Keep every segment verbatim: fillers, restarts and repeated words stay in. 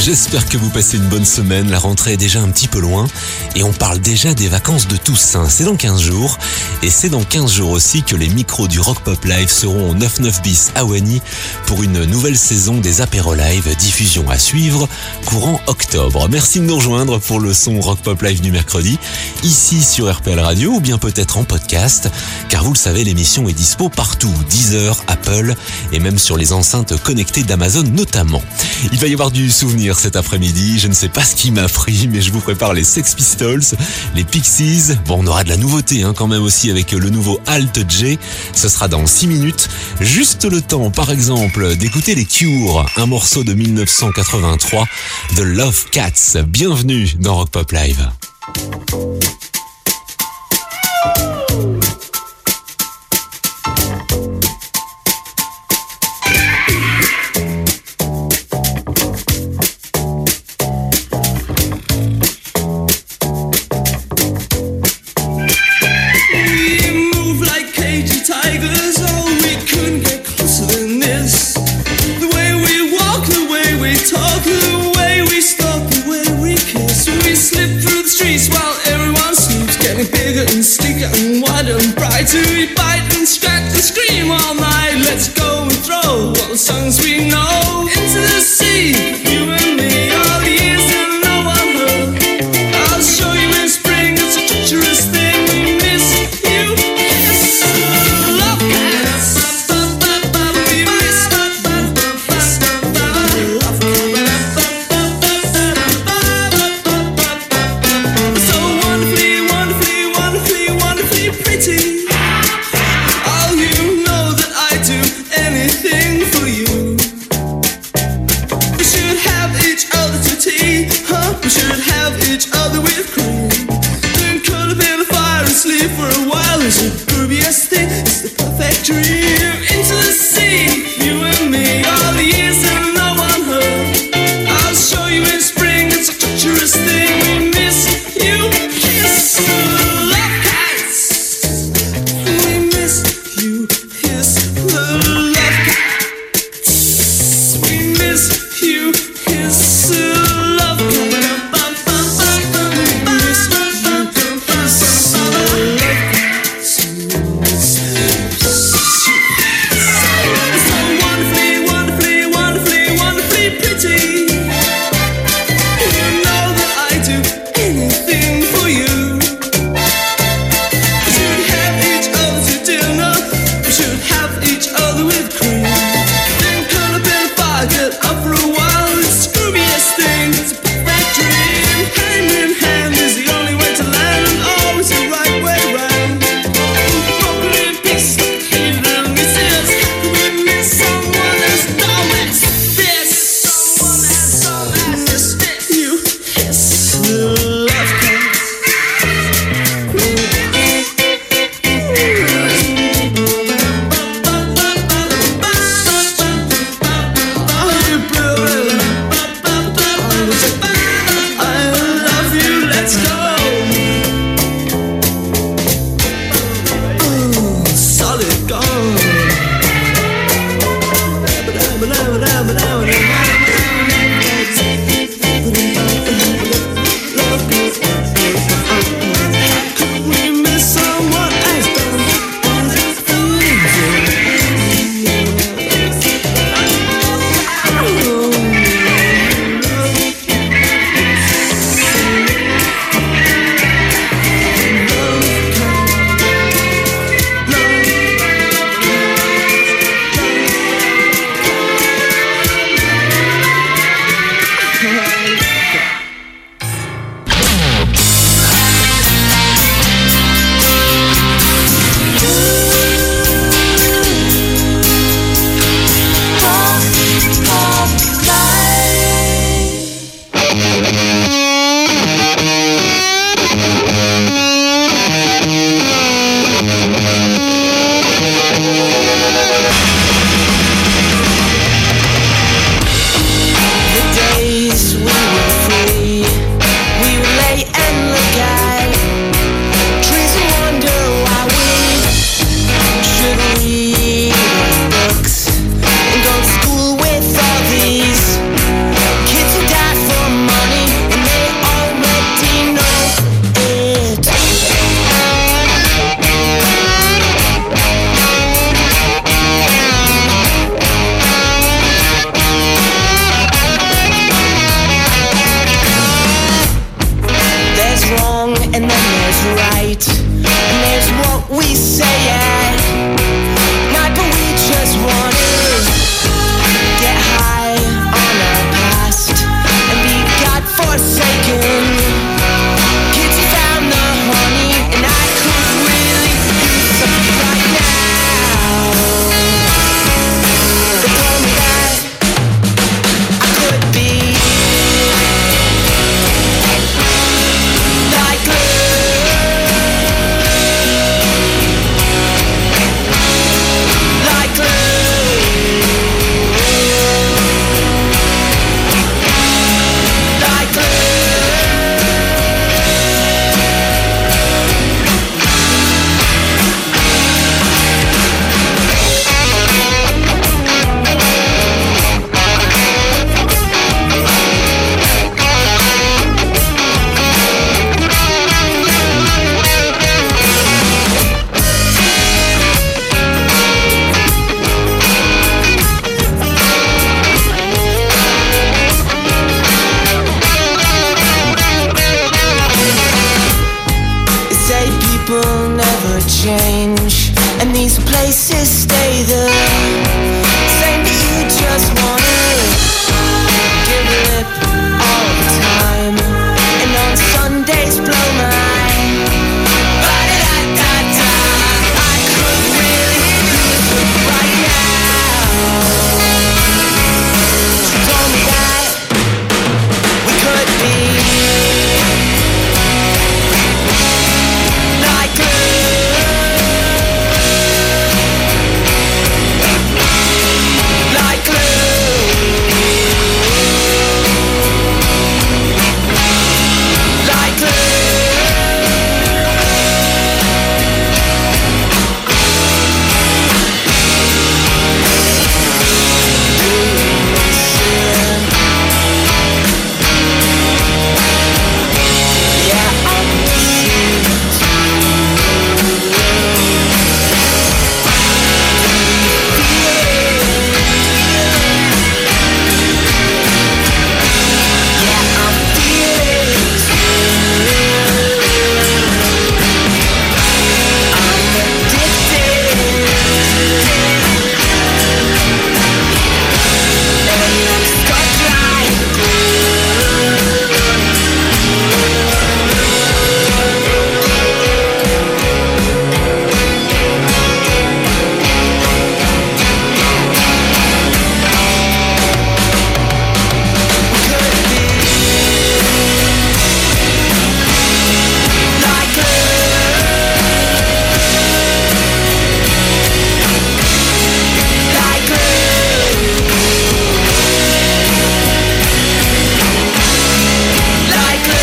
j'espère que vous passez une bonne semaine. La rentrée est déjà un petit peu loin et on parle déjà des vacances de Toussaint. C'est dans quinze jours et c'est dans quinze jours aussi que les micros du Rock Pop Live seront au neuf neuf bis à Wany pour une nouvelle saison des apéros live, diffusion à suivre courant octobre. Merci de nous rejoindre pour le son Rock Pop Live du mercredi, ici sur R P L Radio ou bien peut-être en podcast, car vous le savez, l'émission est dispo partout, Deezer, Apple et même sur les enceintes connectées d'Amazon notamment. Il va y avoir du souvenir cet après-midi, je ne sais pas ce qui m'a pris, mais je vous prépare les Sex Pistols, les Pixies, bon on aura de la nouveauté hein, quand même aussi avec le nouveau Alt J, ce sera dans six minutes, juste le temps par exemple d'écouter les Cure, un morceau de mille neuf cent quatre-vingt-trois, The Love Cats, bienvenue dans Rock Pop Live. We bite and scratch and scream all night. Let's go and throw all the songs we know into the sea. You and me, all the years that no one heard. I'll show you in spring, it's a treacherous thing. We miss you, yes. Love cats. We miss so wonderfully, wonderfully, wonderfully, wonderfully pretty. We should have each other with cream. Then curl up in the fire and sleep for a while. It's a grooviest thing, it's the perfect dream. Into the sea, you and me, all the years that no one heard. I'll show you in spring, it's a treacherous thing. We miss you, kiss love cats. We miss you, kiss the love cats. We miss you, kiss the love cats. places stay the same, but you just wanna give lip all the time, and on Sundays blow my ba-da-da-da-da. I could really use it right now. She told me that we could be like glue, like glue, like glue. Yeah, I'm missing yeah, I'm feeling I'm addicted, and I'm stuck like like like like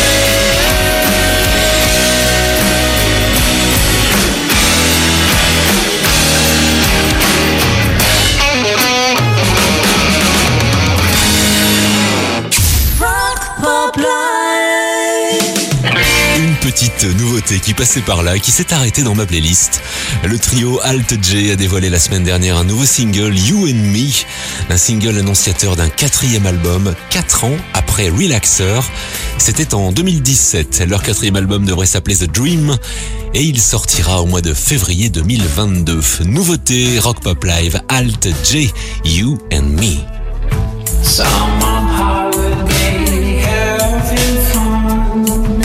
Rock Pop Live. Une petite nouveauté qui passait par là, qui s'est arrêtée dans ma playlist. Le trio Alt J a dévoilé la semaine dernière un nouveau single, You and Me, un single annonciateur d'un quatrième album, quatre ans après Relaxer. C'était en deux mille dix-sept. Leur quatrième album devrait s'appeler The Dream et il sortira au mois de février deux mille vingt-deux. Nouveauté Rock Pop Live, Alt J, You and Me. Some on holiday having fun.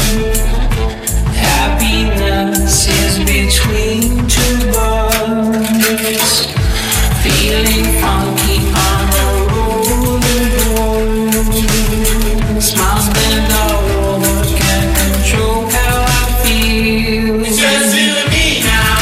Happiness is between two buds. Feeling funky on a rolling road. Smiles bend over, can't control how I feel. It's just you and me now.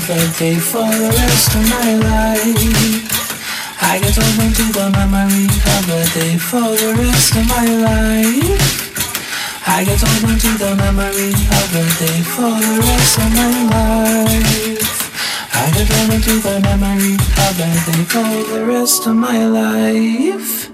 birthday for the rest of my life. I get open to the memory of a day for the rest of my life. I get open to the memory of a day for the rest of my life. I get open to the memory of a day for the rest of my life.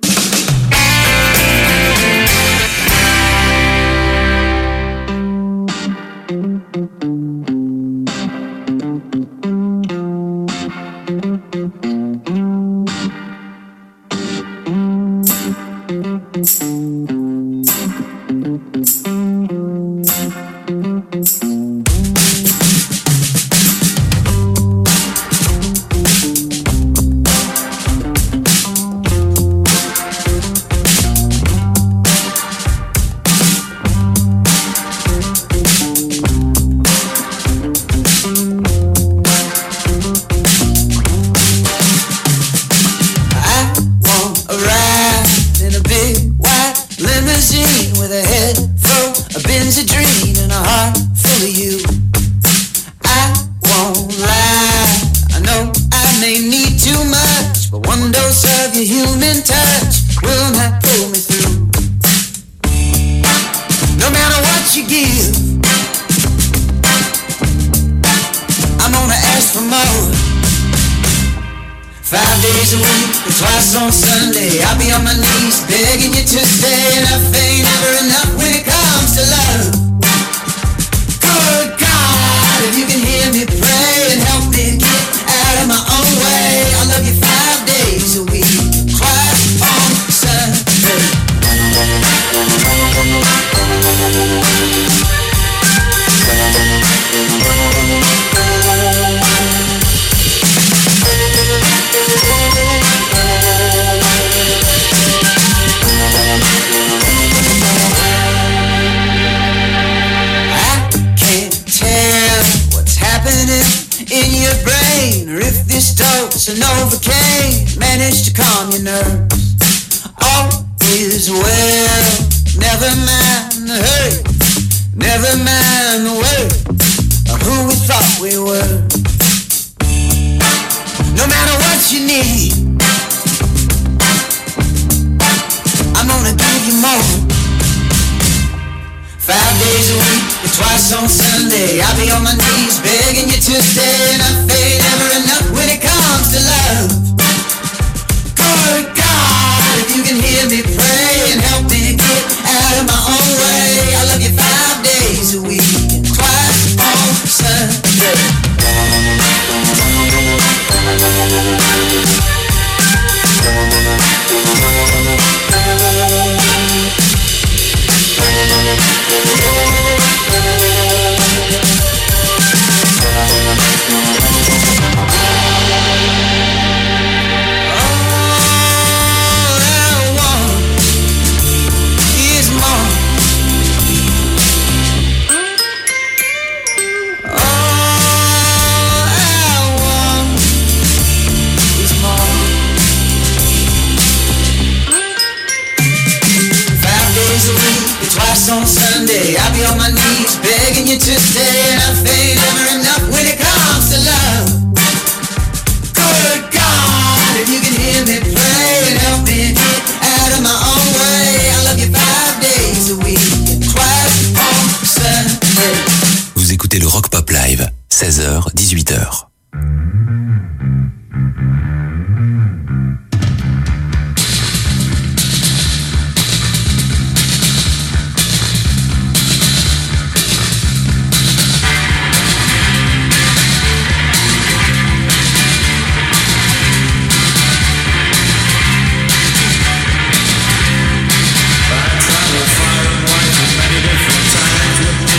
Vous écoutez le Rock Pop Live, seize heures, dix-huit heures.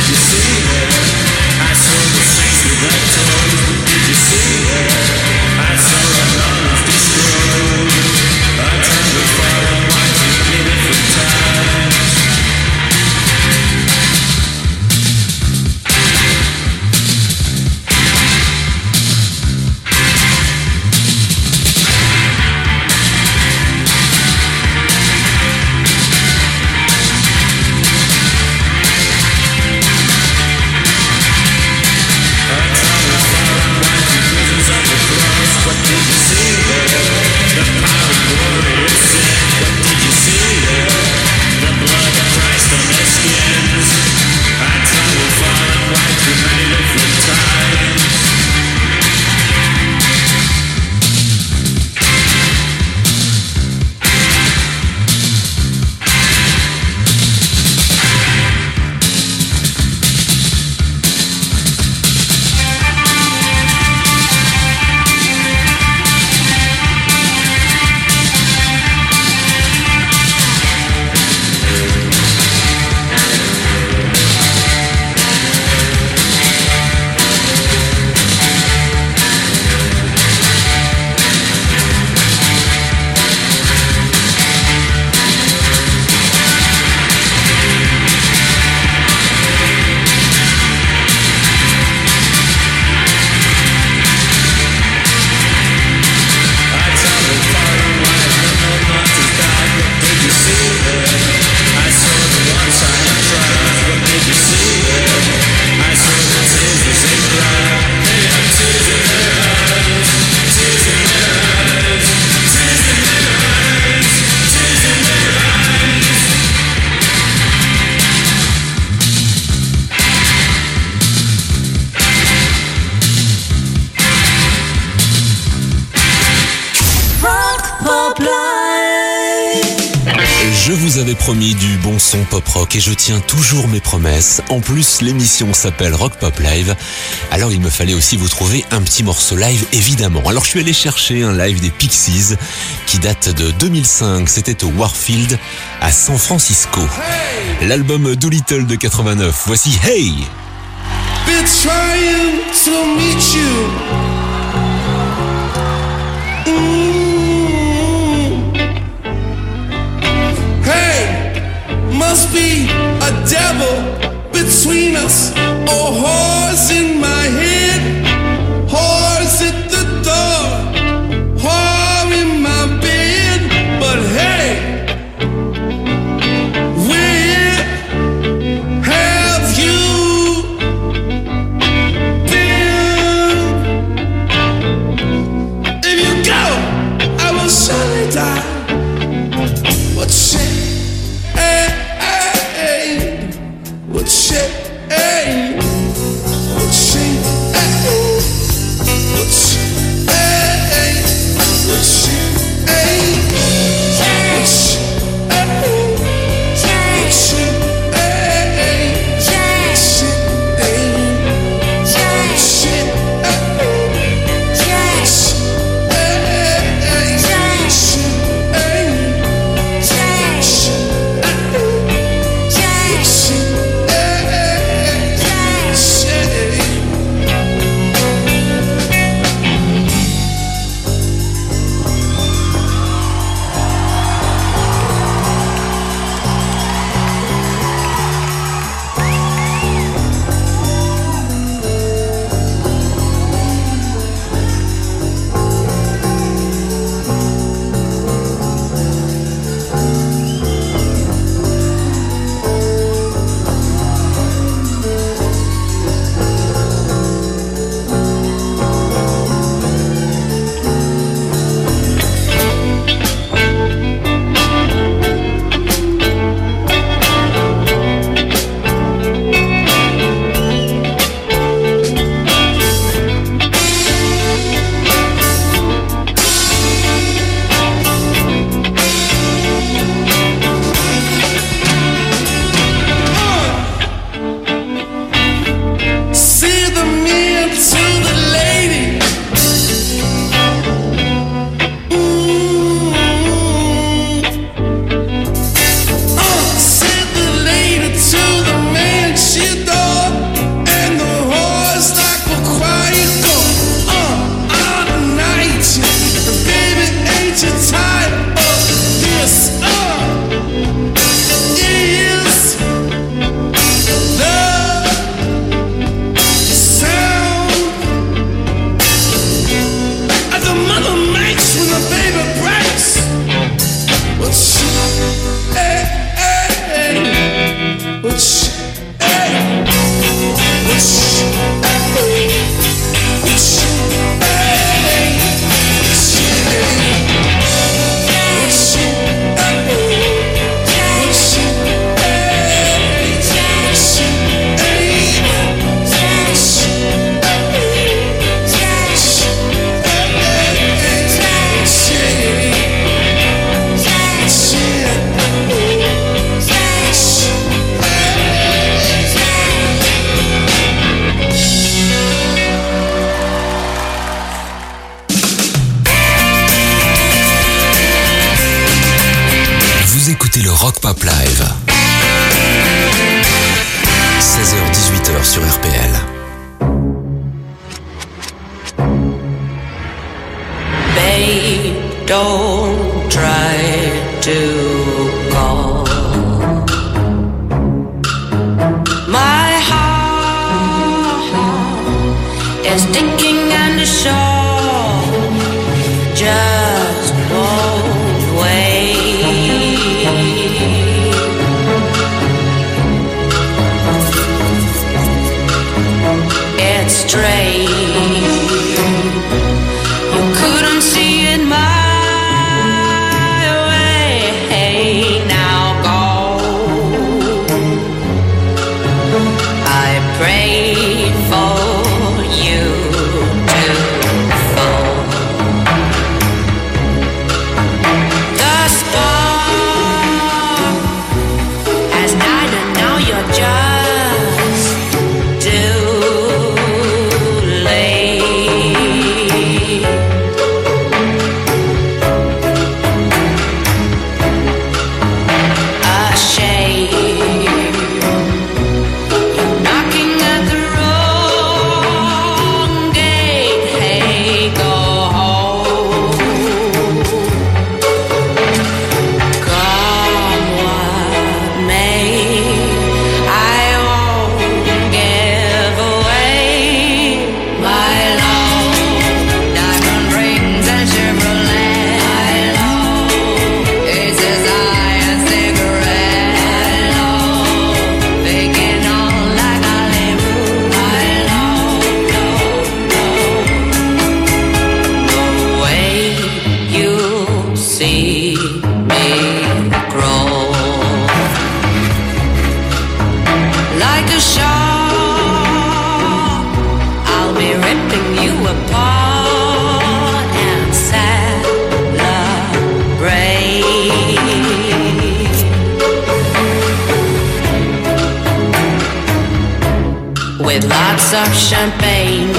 I vous avais promis du bon son pop-rock et je tiens toujours mes promesses. En plus, l'émission s'appelle Rock Pop Live, alors il me fallait aussi vous trouver un petit morceau live, évidemment. Alors je suis allé chercher un live des Pixies qui date de deux mille cinq, c'était au Warfield à San Francisco. L'album Doolittle de quatre-vingt-neuf, voici Hey! Been trying to meet you. Mm. Hey, must be a devil between us, or horse in my head, horse at the door, whore in my bed. But hey, where have you been? If you go, I will surely die. What shit? Hey, hey, hey. What shit? Hey, what shit? Hey, what shit? Hey, what shit? Hey, what shit? Rock Pop Live. seize heures dix-huit heures sur R P L. Babe, don't try to call. My heart is thinking and sure just won't wait. It's strange, you couldn't see it my way. Now go, I prayed for you to fall. The spark apart and celebrate. With lots of champagne.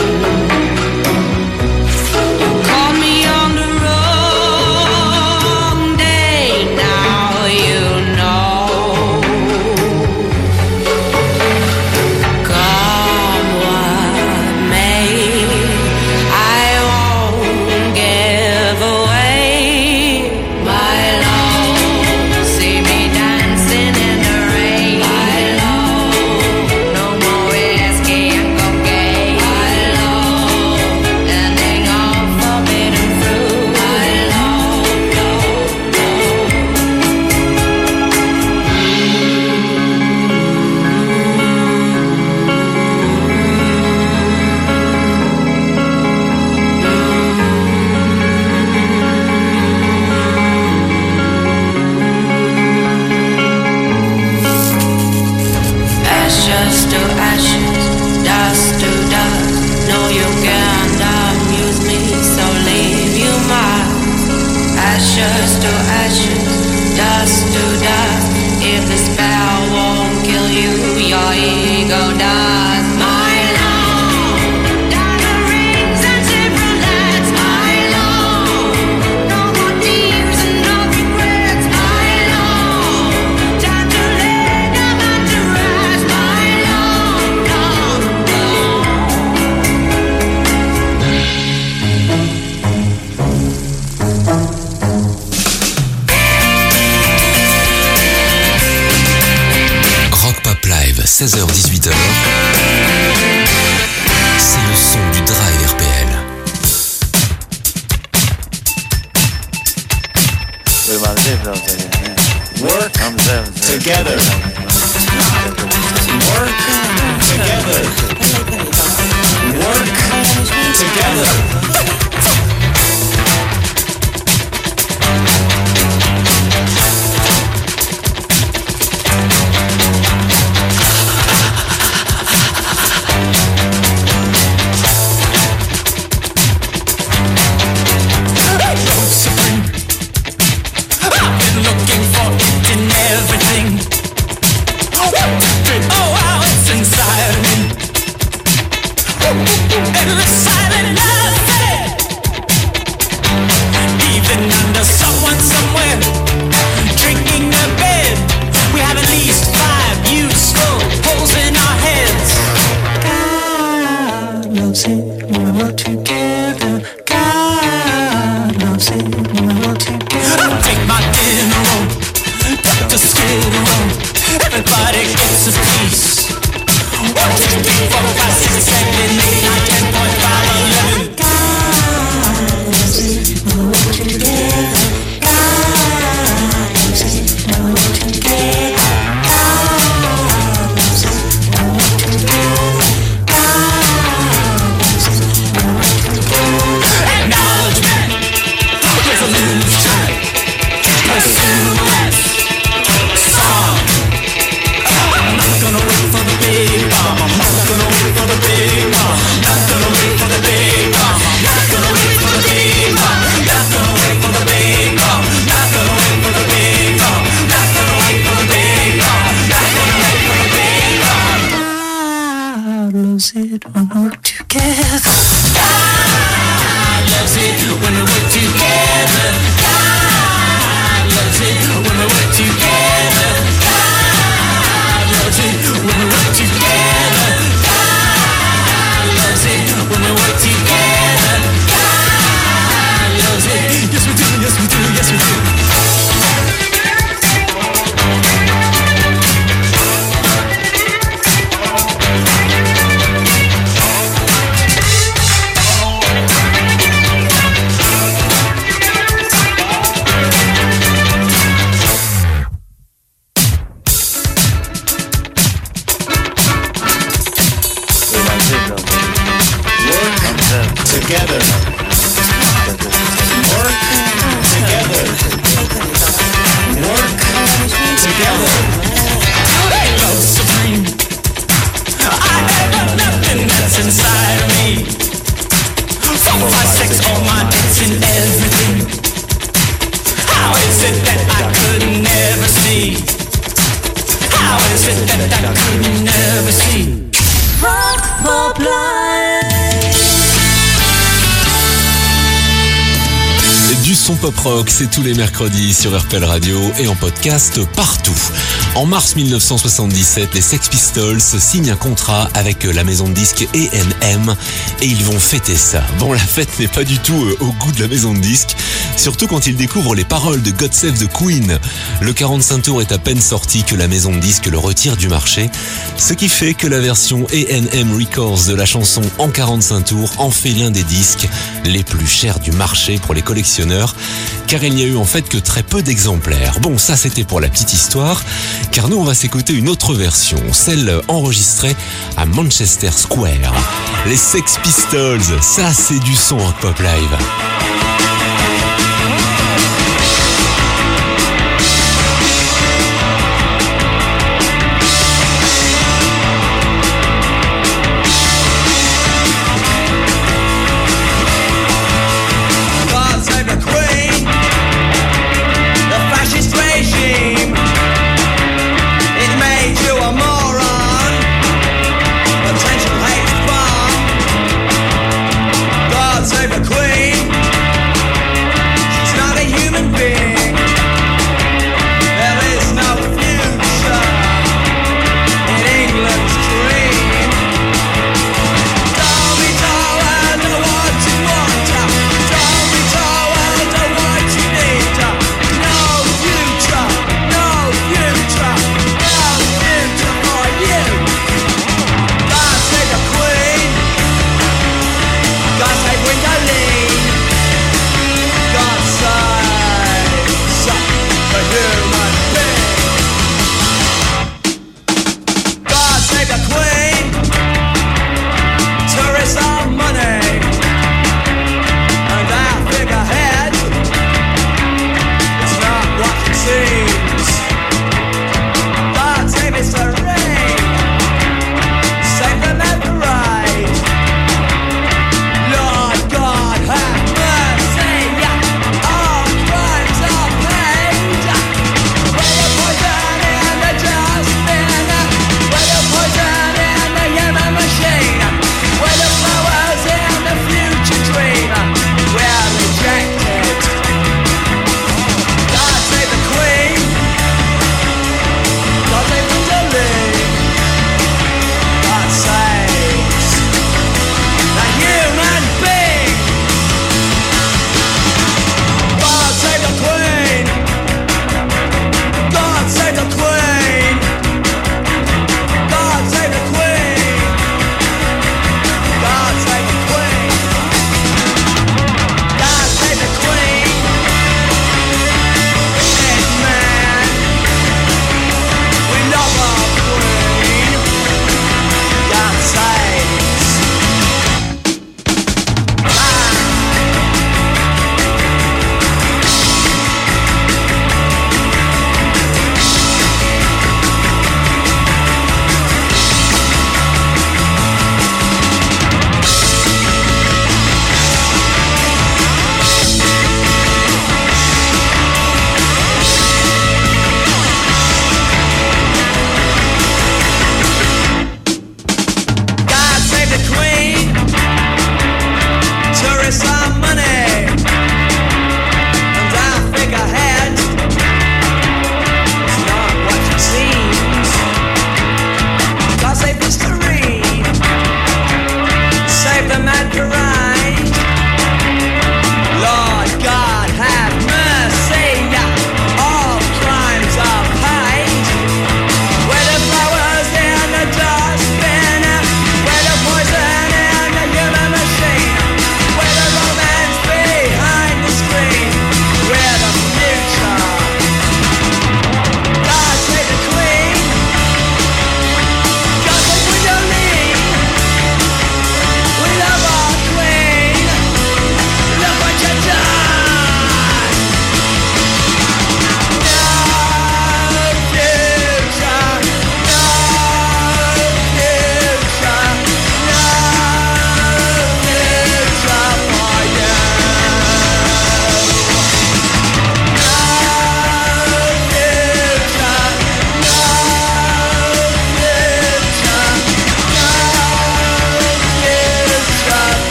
You call me on the wrong day, now you know. Come what may, I won't give away my love. See me dancing in the rain. My love, no more whiskey and cocaine. My love, ending all forbidden fruit. My love, love, ashes to ashes, dust to dust. No, you can't amuse me, so leave you mine. Ashes to ashes, dust to dust. If the spell won't kill you, your ego does. My love, diamond rings and Chevrolets. My love, no more tears and no regrets. My love, time to lay down and to rest. My love, love, love. Rock Pop Live, seize heures dix-huit heures. C'est le son du Drive R P L. Work together. Work together. Work together. Supreme. I've been looking for it in everything. Oh, how it's inside me. Every silent nothing. Even under someone somewhere, drinking a bed. We have at least five useful holes in our heads. God loves it when we work together. God loves it when we work together. I'll take my dinner on, Doctor Skid Row. Everybody gets a piece. One, two, three, four, five, six, seven, eight, nine, ten point five, eleven. God loves it when we work together. God loves it when we work together. God loves it when we work together. God loves it when we work together. Acknowledgement is a loose track. Pursue less song. I'm not gonna wait for the big bomb. I'm not gonna wait for the big bomb. Not gonna wait for the big bomb. Not gonna wait for the big bomb. Not gonna wait for the big bomb. Not gonna wait for the big bomb. Not gonna wait for the big bomb. Not gonna wait for the big bomb. God loves it when we work together. God loves it when we work together. God loves it when we work together. God loves it when we work together. God loves it when we work together. God loves it. Yes we do, yes we do, yes we do. Together. Work together. Work together. Love supreme. I have nothing that's inside of me. son pop rock, c'est tous les mercredis sur R P L Radio et en podcast partout. En mars mille neuf cent soixante-dix-sept, les Sex Pistols signent un contrat avec la maison de disques A and M et ils vont fêter ça. Bon, la fête n'est pas du tout euh, au goût de la maison de disques, surtout quand ils découvrent les paroles de God Save the Queen. Le quarante-cinq tours est à peine sorti que la maison de disques le retire du marché, ce qui fait que la version A and M Records de la chanson en quarante-cinq tours en fait l'un des disques les plus chers du marché pour les collectionneurs, car il n'y a eu en fait que très peu d'exemplaires. Bon, ça c'était pour la petite histoire, car nous on va s'écouter une autre version, celle enregistrée à Manchester Square. Les Sex Pistols, ça c'est du son rock pop live. Save the Queen.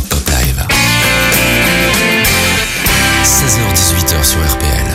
Rock Pop Live. seize heures dix-huit heures sur R P L.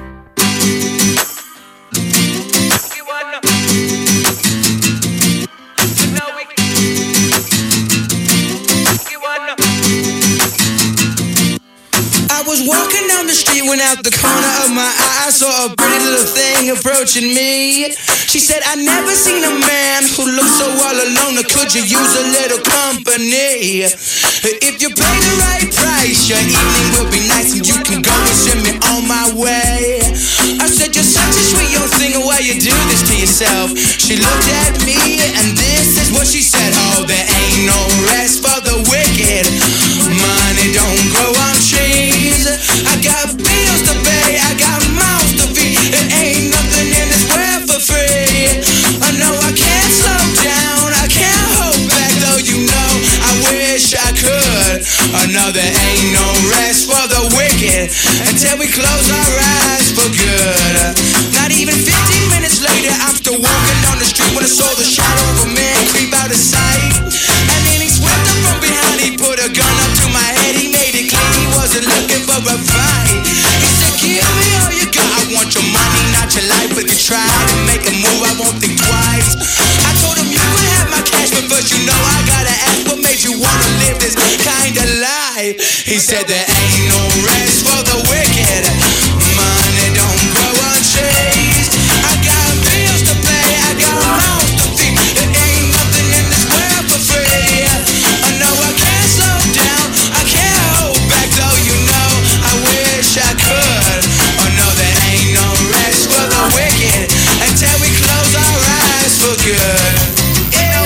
Walking down the street, went out the corner of my eye, I saw a pretty little thing approaching me. She said, I never seen a man who looked so all alone, or could you use a little company? If you pay the right price, your evening will be nice and you can go and send me on my way. I said, you're such a sweet young thing, why you do this to yourself? She looked at me and this is what she said. Oh, there ain't no rest for the wicked. Money don't grow on trees. I got bills to pay, I got mouths to feed. It ain't nothing in this world for free. I know I can't slow down, I can't hold back, though you know I wish I could. I know there ain't no rest for the wicked until we close our eyes for good. Not even fifteen minutes later, I'm still walking down the street when I saw the shadow of a man creep out of sight. And then he swept up from behind, he put a gun up to my head, he made it clear he wasn't looking for a fight. He said, give me all you got, I want your money, not your life. If you try to make a move, I won't think twice. I told him you could have my cash, but first you know I gotta ask, what made you wanna live this kind of life? He said there ain't no rest for the wicked. Money don't grow on trees. I got bills to pay, I got mouths to feed. There ain't nothing in this world for free. I know I can't slow down, I can't hold back, though you know I wish I could. Oh no, there ain't no rest for the wicked until we close our eyes for good. Yeah.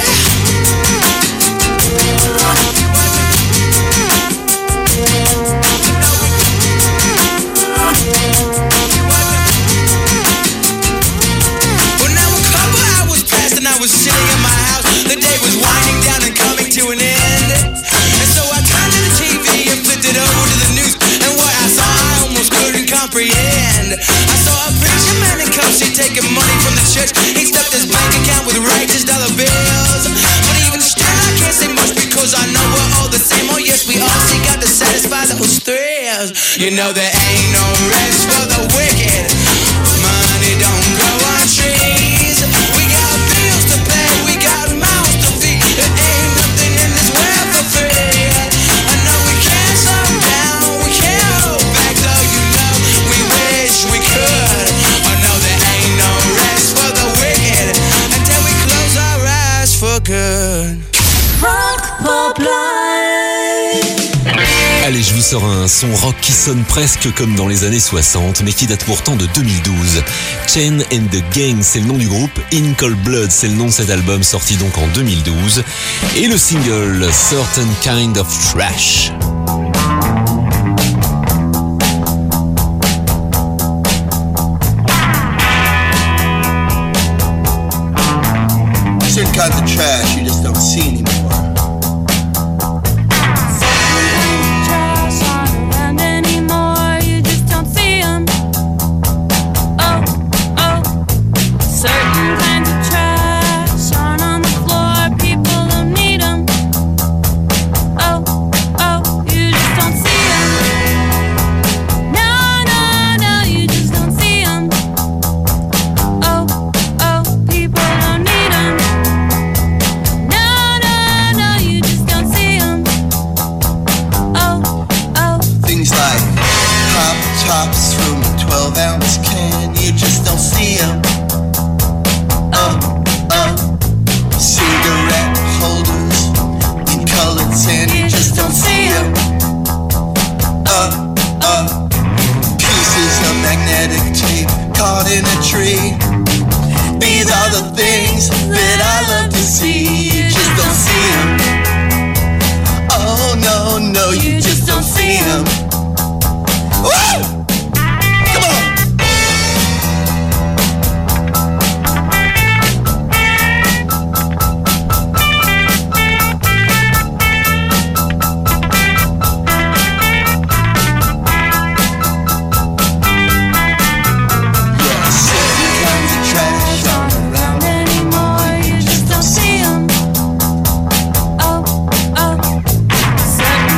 Well, now a couple hours passed and I was sitting in my house. The day was winding down and coming to an end. And so I turned to the T V and flipped it over to the news. And what I saw I almost couldn't comprehend. I saw a preacher man in cuffs, he taking money from the church. He stuffed his bank account with righteous dollar bills. But even still I can't say much because I know we're all the same. Oh yes, we all seek out to satisfy those thrills. You know there ain't no rest for the wicked. Money don't grow on trees. We got bills to pay, we got mouths to feed. There ain't nothing in this world for free. I know we can't slow down, we can't hold back, though you know we wish we could. I know there ain't no rest for the wicked until we close our eyes for good. Rock Pop Live. Allez, je vous sors un son rock qui sonne presque comme dans les années soixante, mais qui date pourtant de deux mille douze. Chain and the Gang, c'est le nom du groupe. In Cold Blood, c'est le nom de cet album sorti donc en deux mille douze. Et le single, Certain Kind of Trash. Certain kinds of trash you just don't see anymore. Trash aren't around anymore, you just don't see 'em. Oh, oh, certain kinds of trash aren't on the floor, people don't need 'em. Oh, oh, you just don't see 'em. No, no, no, you just don't see 'em. Oh, oh, people don't need 'em. No, no, no, you just don't see 'em. Oh, oh. Things like pop tops from a twelve ounce can, you just don't see them. Uh, uh, cigarette holders in colored sand, you just don't see them. Uh, uh, pieces of magnetic tape caught in a tree. These are the things that I love to see, you just don't see them. Oh no, no, you just don't see them. Woo! Come on! Yeah, certain kinds of trash Aren't around anymore, you just don't see 'em. Oh, oh, certain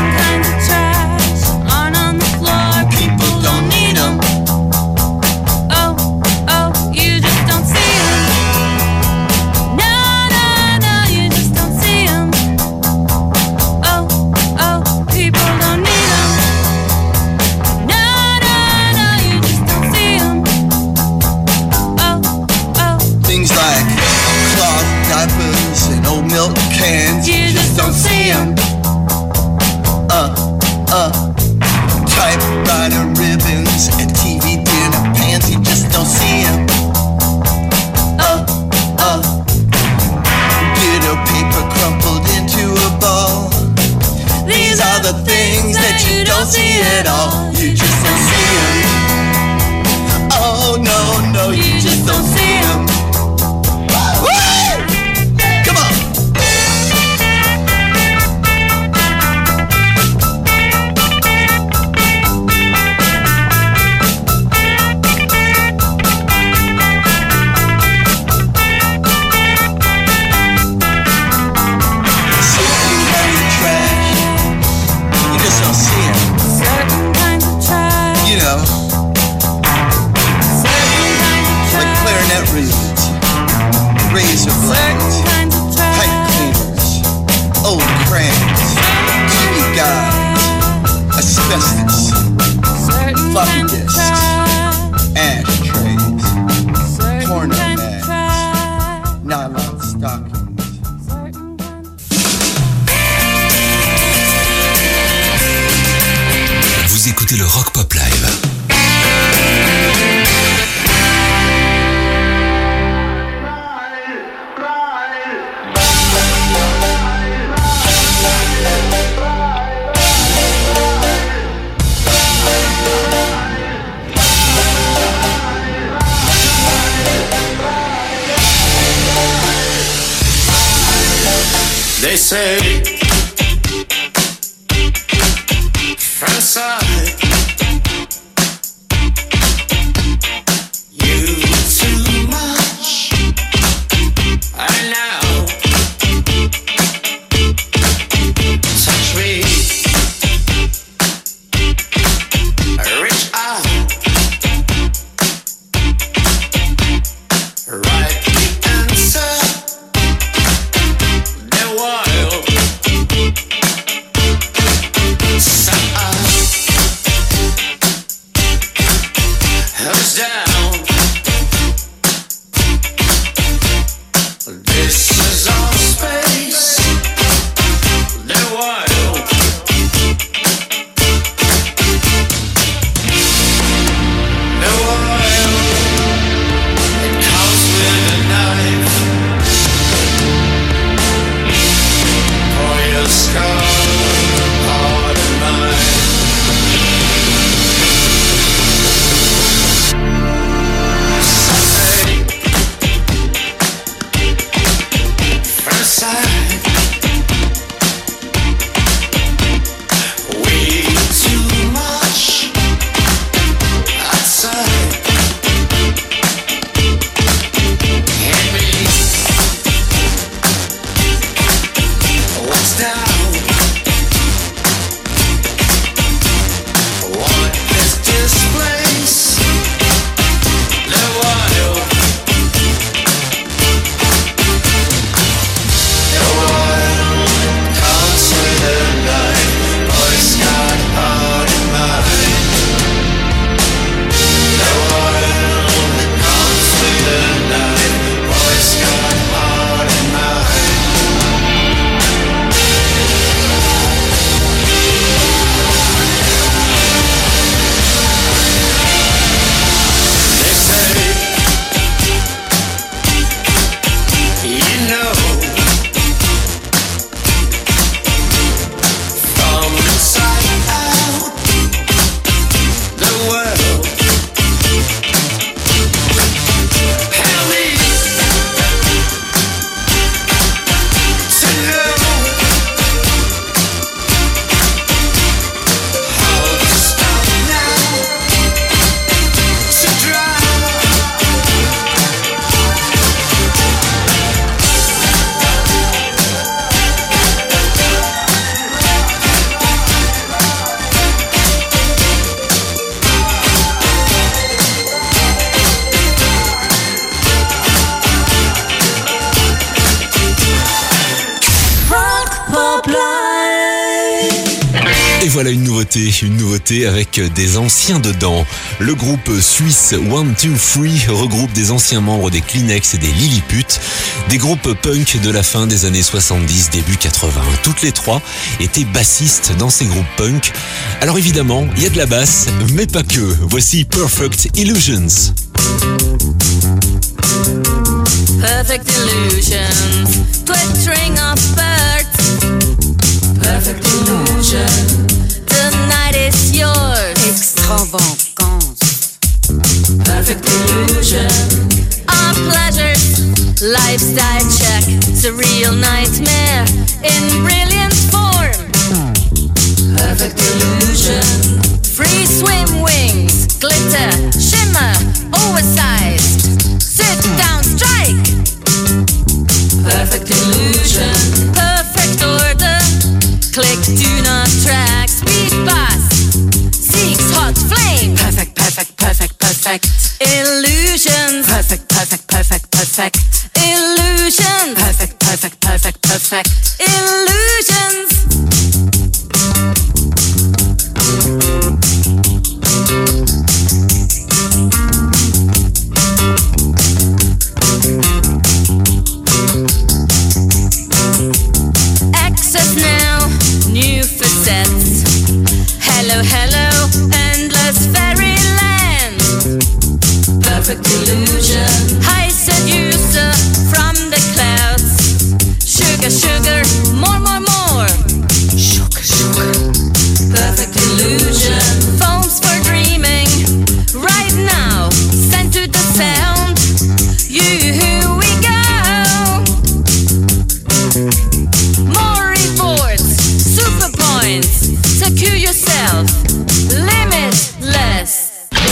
the things that you don't see at all. You just don't see them. Oh no, no, you just don't see them. Come on. Razor blades, pipe cleaners, old crayons, T V guides, asbestos, floppy disks, ashtrays, porno mags, nylon stockings. Vous écoutez le Rock Pop Live. They say from side you too much. I know. Touch me. Reach out. Write the answer. Et voilà une nouveauté, une nouveauté avec des anciens dedans. Le groupe suisse one two three regroupe des anciens membres des Kleenex et des Lilliput, des groupes punk de la fin des années soixante-dix, début quatre-vingts. Toutes les trois étaient bassistes dans ces groupes punk. Alors évidemment, il y a de la basse, mais pas que. Voici Perfect Illusions. Perfect illusions, twittering of birds. Perfect illusions. in brilliant form. Perfect illusion. Free swim wings, glitter, shimmer, oversized. Sit down, strike. Perfect illusion. Perfect order. Click, do not track. Speed bus. Seeks hot flame. Perfect, perfect, perfect, perfect. Illusions. Perfect, perfect, perfect, perfect. Illusions. Perfect, perfect, perfect, perfect. Illusions. Access now, new facets. Hello, hello, endless fairyland. Perfect illusion. High seducer from the clouds. Sugar, sugar, more, more, more. Sugar, sugar. Perfect illusion. Phones for dreaming. Right now, send to the sound. You, here we go. More rewards, super points. Secure yourself. Limitless.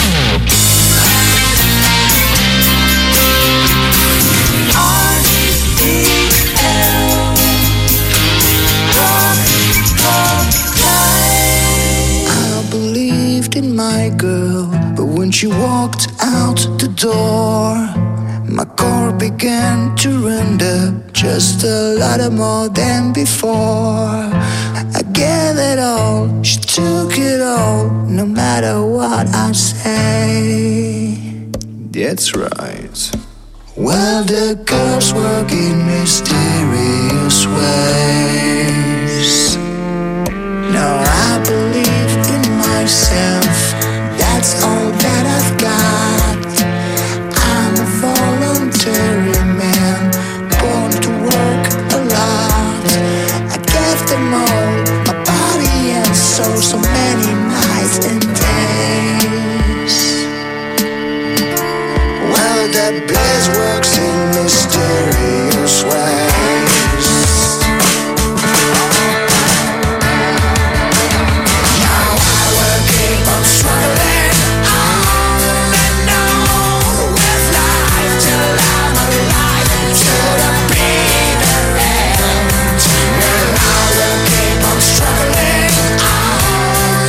I believed in my girl, but when she walked out the door, my core began to render just a lot more than before. I gave it all, she took it all, no matter what I say. That's right. Well, the girls work in mysterious ways. Now I believe in myself, that's all that I've got. I'm a voluntary man, born to work a lot. I gave them all, my body and soul, so many nights and days. Well, the blaze works in mysterious ways. Now I will keep on struggling on and on with life till I'm alive, till the bitter end. Well, I will keep on struggling on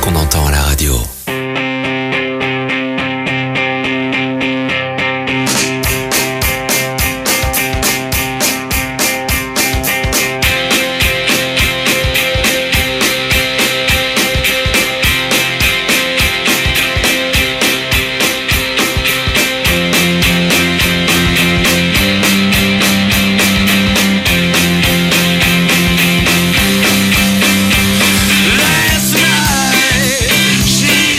qu'on entend à la radio. Last night, she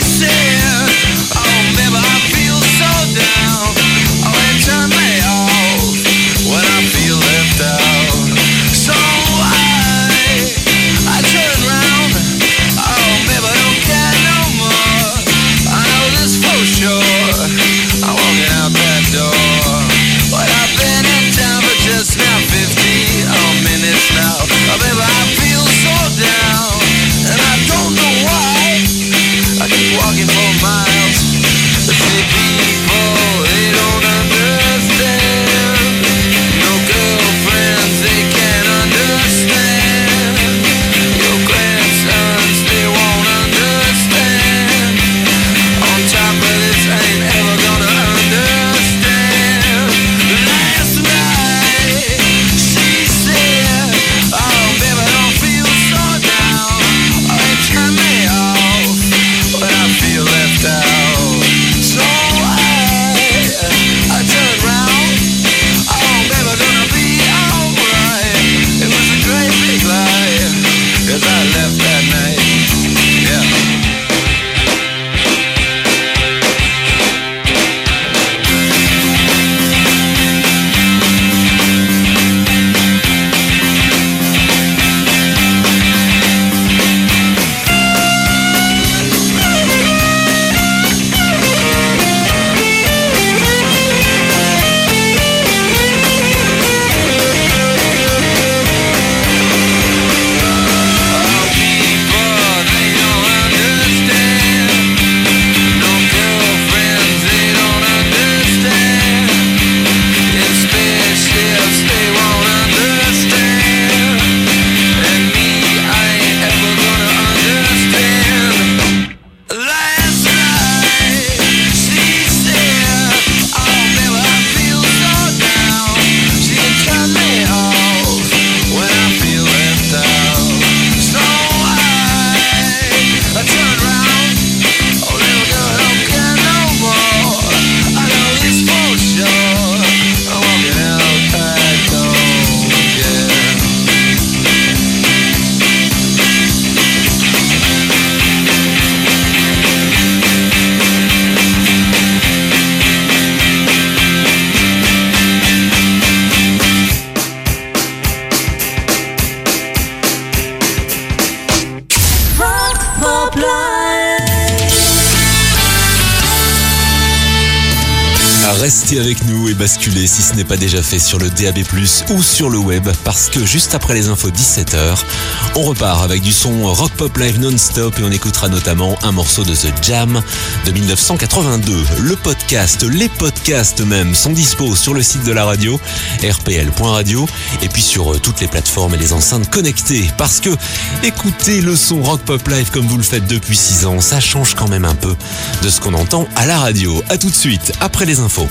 Restez avec nous et basculez si ce n'est pas déjà fait sur le D A B plus, ou sur le web, parce que juste après les infos dix-sept heures, on repart avec du son rock pop live non-stop et on écoutera notamment un morceau de The Jam de mille neuf cent quatre-vingt-deux. Le podcast, les podcasts même, sont dispo sur le site de la radio, r p l point radio, et puis sur toutes les plateformes et les enceintes connectées. Parce que écouter le son rock pop live comme vous le faites depuis six ans, ça change quand même un peu de ce qu'on entend à la radio. À tout de suite, après les infos.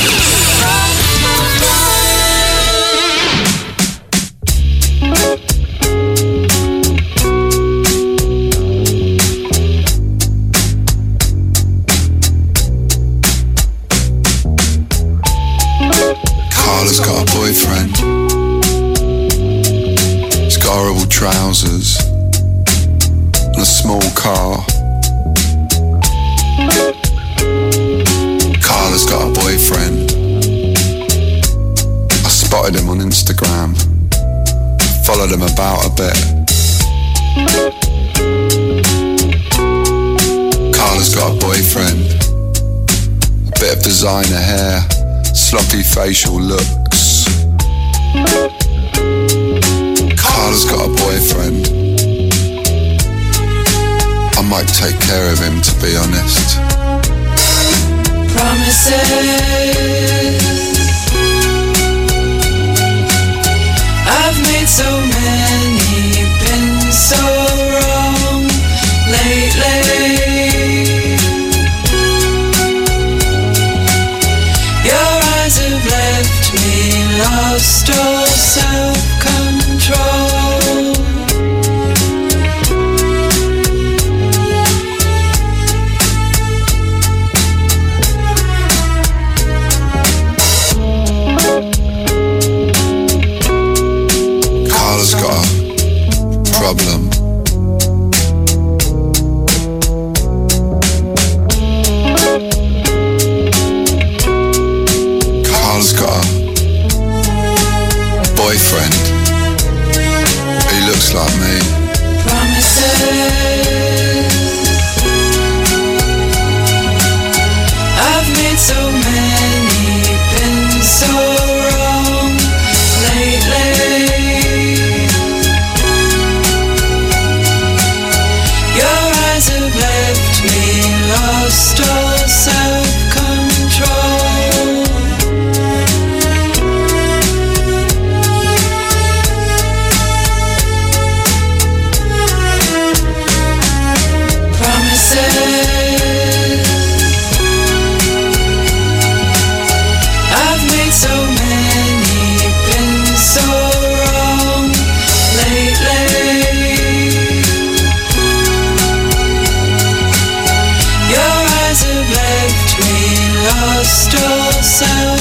Carla's got a boyfriend. He's got horrible trousers and a small car. Carla's got a boyfriend. I spotted him on Instagram, followed him about a bit. Carla's got a boyfriend. A bit of designer hair, sloppy facial looks. Carla's got a boyfriend. I might take care of him, to be honest. Promises I've made so many, been so wrong lately. me lost all self-control. Promises I've made so many, been so wrong lately. Your eyes have left me lost all self